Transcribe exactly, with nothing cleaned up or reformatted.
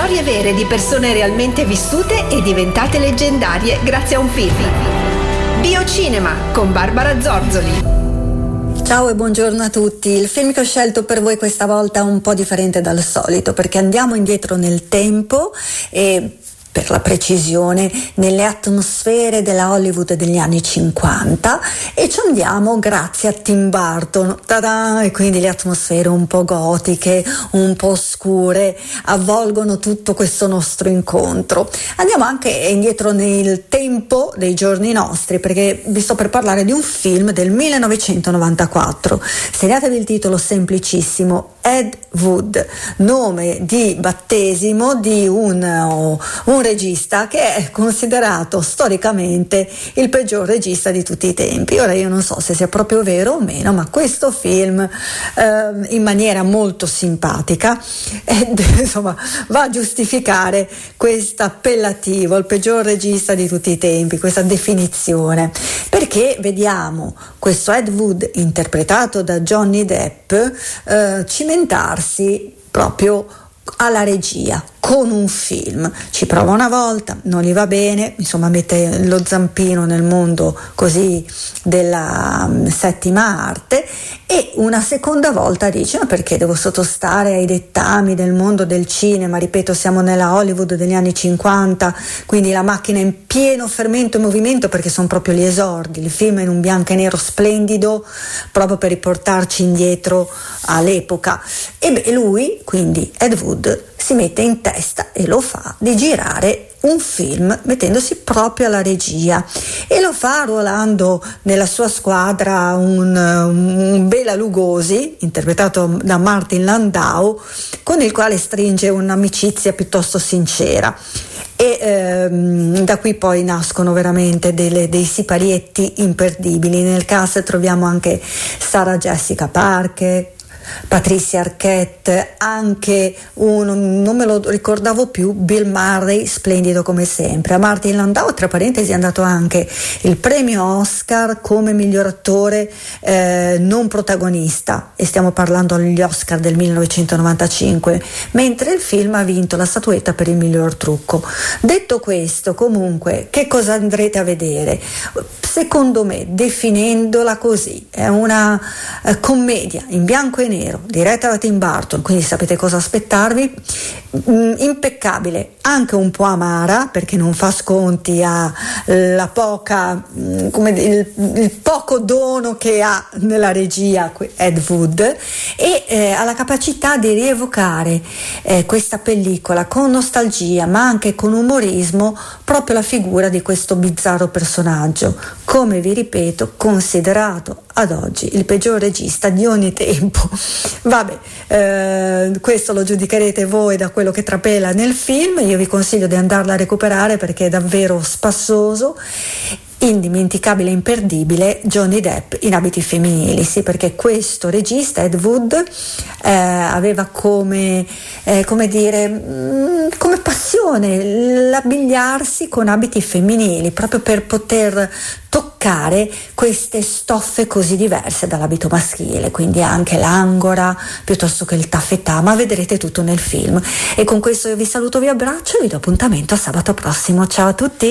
Storie vere di persone realmente vissute e diventate leggendarie grazie a un film. Biocinema con Barbara Zorzoli. Ciao e buongiorno a tutti. Il film che ho scelto per voi questa volta è un po' differente dal solito perché andiamo indietro nel tempo e, per la precisione, nelle atmosfere della Hollywood degli anni cinquanta, e ci andiamo grazie a Tim Burton. Ta-da! E quindi le atmosfere un po' gotiche, un po' scure avvolgono tutto questo nostro incontro. Andiamo anche indietro nel tempo dei giorni nostri perché vi sto per parlare di un film del millenovecentonovantaquattro. Segnatevi il titolo semplicissimo: Ed Wood, nome di battesimo di un, uh, un regista che è considerato storicamente il peggior regista di tutti i tempi. Ora io non so se sia proprio vero o meno, ma questo film uh, in maniera molto simpatica ed, insomma, va a giustificare questo appellativo, il peggior regista di tutti i tempi, questa definizione, perché vediamo questo Ed Wood interpretato da Johnny Depp uh, cimentarsi proprio alla regia con un film. Ci prova una volta, non gli va bene, insomma mette lo zampino nel mondo così della um, settima arte, e una seconda volta dice: ma perché devo sottostare ai dettami del mondo del cinema? Ripeto, siamo nella Hollywood degli anni cinquanta, quindi la macchina è in pieno fermento e movimento perché sono proprio gli esordi, il film è in un bianco e nero splendido proprio per riportarci indietro all'epoca. E beh, lui, quindi Ed Wood, si mette in testa, e lo fa, di girare un film mettendosi proprio alla regia, e lo fa arruolando nella sua squadra un, un Bela Lugosi interpretato da Martin Landau, con il quale stringe un'amicizia piuttosto sincera. E ehm, da qui poi nascono veramente delle, dei siparietti imperdibili. Nel cast troviamo anche Sarah Jessica Parker, Patricia Arquette, anche un, non me lo ricordavo più, Bill Murray, splendido come sempre. A Martin Landau, tra parentesi, è andato anche il premio Oscar come miglior attore eh, non protagonista, e stiamo parlando agli Oscar del millenovecentonovantacinque, mentre il film ha vinto la statuetta per il miglior trucco. Detto questo, comunque, che cosa andrete a vedere? Secondo me, definendola così, è una eh, commedia in bianco e nero, diretta da Tim Burton, quindi sapete cosa aspettarvi. Mm, impeccabile, anche un po' amara perché non fa sconti alla poca, mm, come il, il poco dono che ha nella regia Ed Wood, e eh, ha la capacità di rievocare eh, questa pellicola con nostalgia ma anche con umorismo, proprio la figura di questo bizzarro personaggio, come vi ripeto, considerato ad oggi il peggior regista di ogni tempo. Vabbè, eh, questo lo giudicherete voi da quello che trapela nel film. Io vi consiglio di andarla a recuperare perché è davvero spassoso. Indimenticabile e imperdibile Johnny Depp in abiti femminili, sì, perché questo regista Ed Wood eh, aveva come, eh, come dire, mh, come passione l'abbigliarsi con abiti femminili, proprio per poter toccare queste stoffe così diverse dall'abito maschile, quindi anche l'angora piuttosto che il taffetà, ma vedrete tutto nel film. E con questo io vi saluto, vi abbraccio e vi do appuntamento a sabato prossimo. Ciao a tutti.